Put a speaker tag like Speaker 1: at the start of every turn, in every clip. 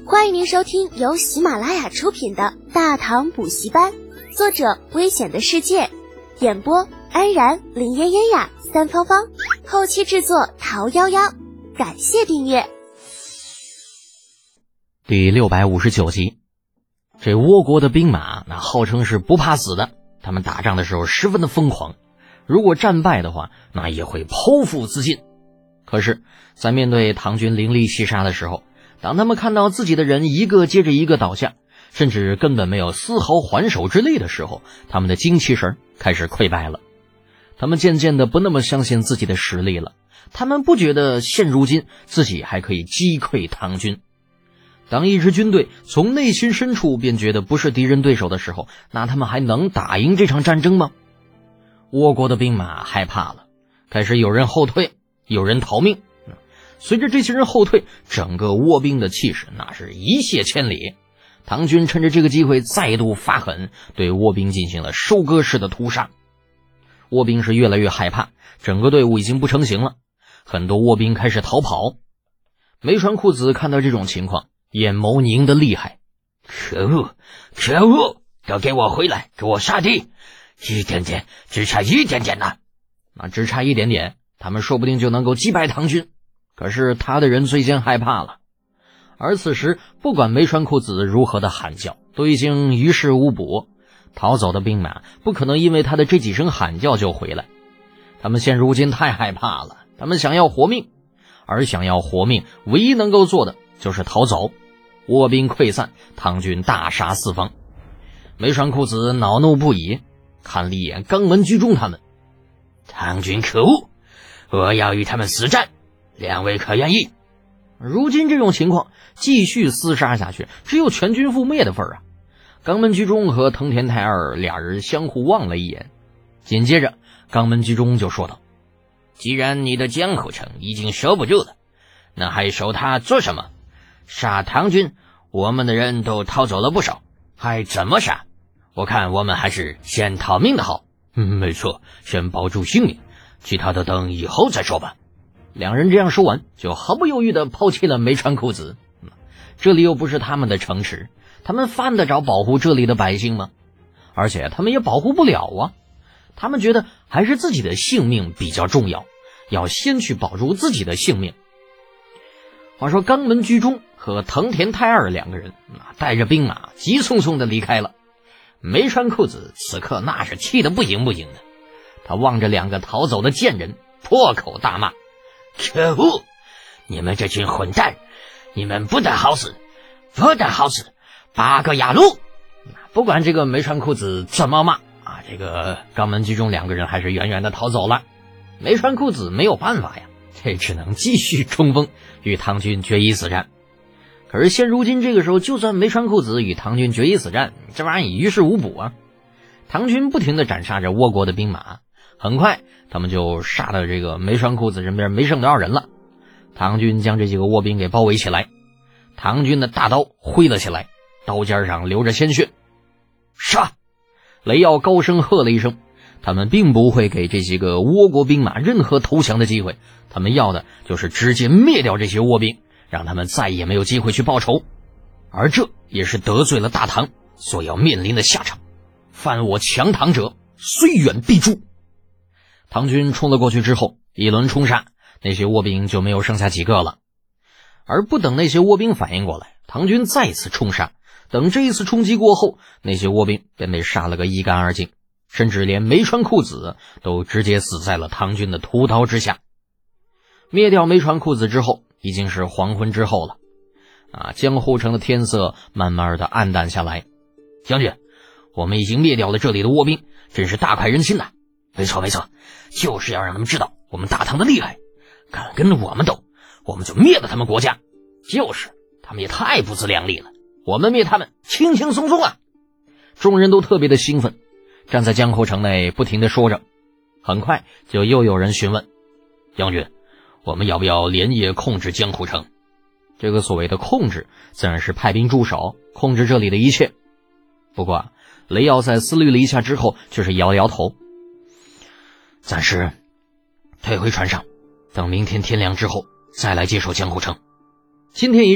Speaker 1: 欢迎您收听由喜马拉雅出品的《大唐补习班》，作者危险的世界，演播安然、林嫣嫣呀、三芳芳，后期制作桃夭夭。感谢订阅。
Speaker 2: 第659集，这倭国的兵马那号称是不怕死的，他们打仗的时候十分的疯狂，如果战败的话，那也会剖腹自尽。可是在面对唐军凌厉袭杀的时候，当他们看到自己的人一个接着一个倒下，甚至根本没有丝毫还手之力的时候，他们的精气神开始溃败了。他们渐渐的不那么相信自己的实力了，他们不觉得现如今自己还可以击溃唐军。当一支军队从内心深处便觉得不是敌人对手的时候，那他们还能打赢这场战争吗？倭国的兵马害怕了，开始有人后退，有人逃命。随着这些人后退，整个倭兵的气势那是一泻千里。唐军趁着这个机会再度发狠，对倭兵进行了收割式的屠杀。倭兵是越来越害怕，整个队伍已经不成形了，很多倭兵开始逃跑。梅川裤子看到这种情况，眼眸凝得厉害。可恶，可恶，都给我回来，给我杀敌！一点点，只差一点点呐！那只差一点点，他们说不定就能够击败唐军。可是他的人最先害怕了，而此时不管梅川裤子如何的喊叫，都已经于事无补。逃走的兵马不可能因为他的这几声喊叫就回来，他们现如今太害怕了，他们想要活命，而想要活命唯一能够做的就是逃走。倭兵溃散，唐军大杀四方。梅川裤子恼怒不已，看了一眼肛门居中他们，唐军可恶，我要与他们死战，两位可愿意？如今这种情况继续厮杀下去，只有全军覆灭的份儿啊！肛门居中和藤田太二俩人相互望了一眼，紧接着肛门居中就说道：既然你的江口城已经守不住了，那还守他做什么？杀唐军，我们的人都逃走了不少，还怎么杀？我看我们还是先逃命的好。没错，先保住性命，其他的等以后再说吧。两人这样说完，就毫不犹豫地抛弃了梅川裤子。这里又不是他们的城池，他们犯得着保护这里的百姓吗？而且他们也保护不了啊。他们觉得还是自己的性命比较重要，要先去保住自己的性命。话说肛门居中和藤田太二两个人带着兵马急匆匆地离开了。梅川裤子此刻那是气得不行不行的，他望着两个逃走的贱人，破口大骂：可恶！你们这群混蛋，你们不得好死，不得好死，8个哑路！不管这个梅川裤子怎么骂啊，这个肛门居中两个人还是远远的逃走了。梅川裤子没有办法呀，这只能继续冲锋，与唐军决一死战。可是现如今这个时候，就算梅川裤子与唐军决一死战，这玩意儿也于事无补啊。唐军不停地斩杀着倭国的兵马，很快他们就杀到这个梅川裤子身边没剩多少人了。唐军将这几个倭兵给包围起来，唐军的大刀挥了起来，刀尖上流着鲜血。杀！雷耀高声喝了一声，他们并不会给这些个倭国兵马任何投降的机会，他们要的就是直接灭掉这些倭兵，让他们再也没有机会去报仇。而这也是得罪了大唐所要面临的下场，犯我强唐者，虽远必诛。唐军冲了过去之后，一轮冲杀，那些倭兵就没有剩下几个了。而不等那些倭兵反应过来，唐军再次冲杀，等这一次冲击过后，那些倭兵便被杀了个一干二净，甚至连梅川裤子都直接死在了唐军的屠刀之下。灭掉梅川裤子之后，已经是黄昏之后了江户城的天色慢慢的暗淡下来。将军，我们已经灭掉了这里的倭兵，真是大快人心呐。没错没错，就是要让他们知道我们大唐的厉害，敢跟我们斗，我们就灭了他们国家。就是他们也太不自量力了，我们灭他们轻轻松松啊。众人都特别的兴奋，站在江户城内不停的说着。很快就又有人询问：将军，我们要不要连夜控制江户城？这个所谓的控制自然是派兵驻守，控制这里的一切。不过雷耀在思虑了一下之后，却是摇了摇头，暂时退回船上，等明天天亮之后再来接手江户城。今天一战，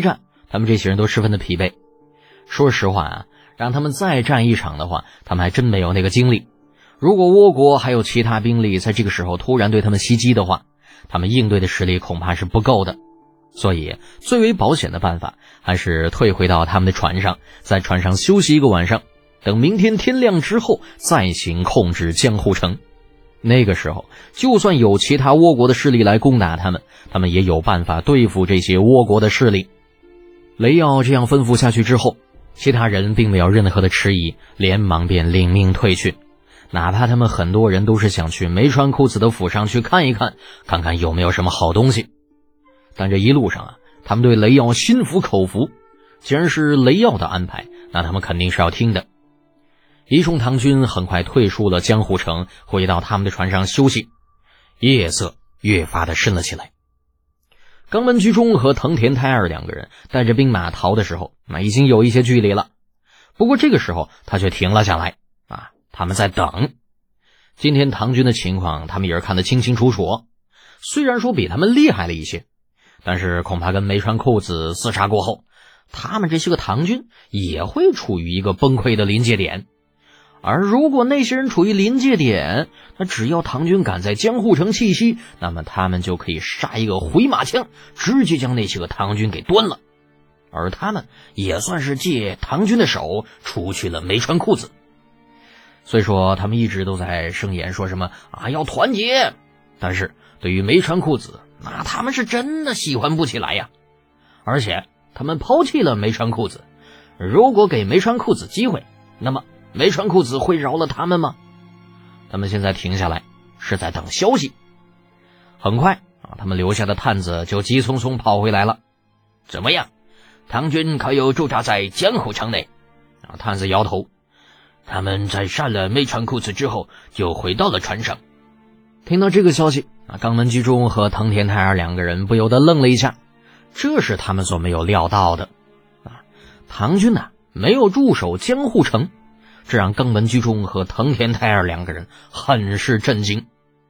Speaker 2: 他们这些人都十分的疲惫。说实话啊，让他们再战一场的话，他们还真没有那个精力。如果倭国还有其他兵力在这个时候突然对他们袭击的话，他们应对的实力恐怕是不够的。所以最为保险的办法还是退回到他们的船上，在船上休息一个晚上，等明天天亮之后再行控制江户城。那个时候就算有其他倭国的势力来攻打他们，他们也有办法对付这些倭国的势力。雷耀这样吩咐下去之后，其他人并没有任何的迟疑，连忙便领命退去。哪怕他们很多人都是想去梅川裤子的府上去看一看，看看有没有什么好东西。但这一路上啊，他们对雷耀心服口服，既然是雷耀的安排，那他们肯定是要听的。一众唐军很快退出了江户城，回到他们的船上休息。夜色越发的深了起来。冈本居中和藤田太二两个人带着兵马逃的时候，那已经有一些距离了。不过这个时候他却停了下来啊，他们在等。今天唐军的情况他们也是看得清清楚楚，虽然说比他们厉害了一些，但是恐怕跟梅川裤子厮杀过后，他们这些个唐军也会处于一个崩溃的临界点。而如果那些人处于临界点，那只要唐军敢在江户城栖息，那么他们就可以杀一个回马枪，直接将那些个唐军给端了。而他们也算是借唐军的手除去了梅川裤子。所以说他们一直都在声言说什么啊要团结，但是对于梅川裤子，那他们是真的喜欢不起来呀。而且他们抛弃了梅川裤子，如果给梅川裤子机会，那么梅川裤子会饶了他们吗？他们现在停下来是在等消息。很快啊，他们留下的探子就急匆匆跑回来了。怎么样，唐军可有驻扎在江户城内？啊，探子摇头，他们在杀了梅川裤子之后就回到了船上。听到这个消息啊，冈本居中和藤田太二两个人不由得愣了一下，这是他们所没有料到的啊！唐军呢，没有驻守江户城，这让冈本居中和藤田太二两个人很是震惊。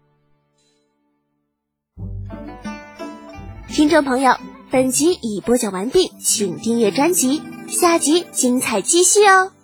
Speaker 1: 听众朋友，本集已播讲完毕，请订阅专辑，下集精彩继续哦。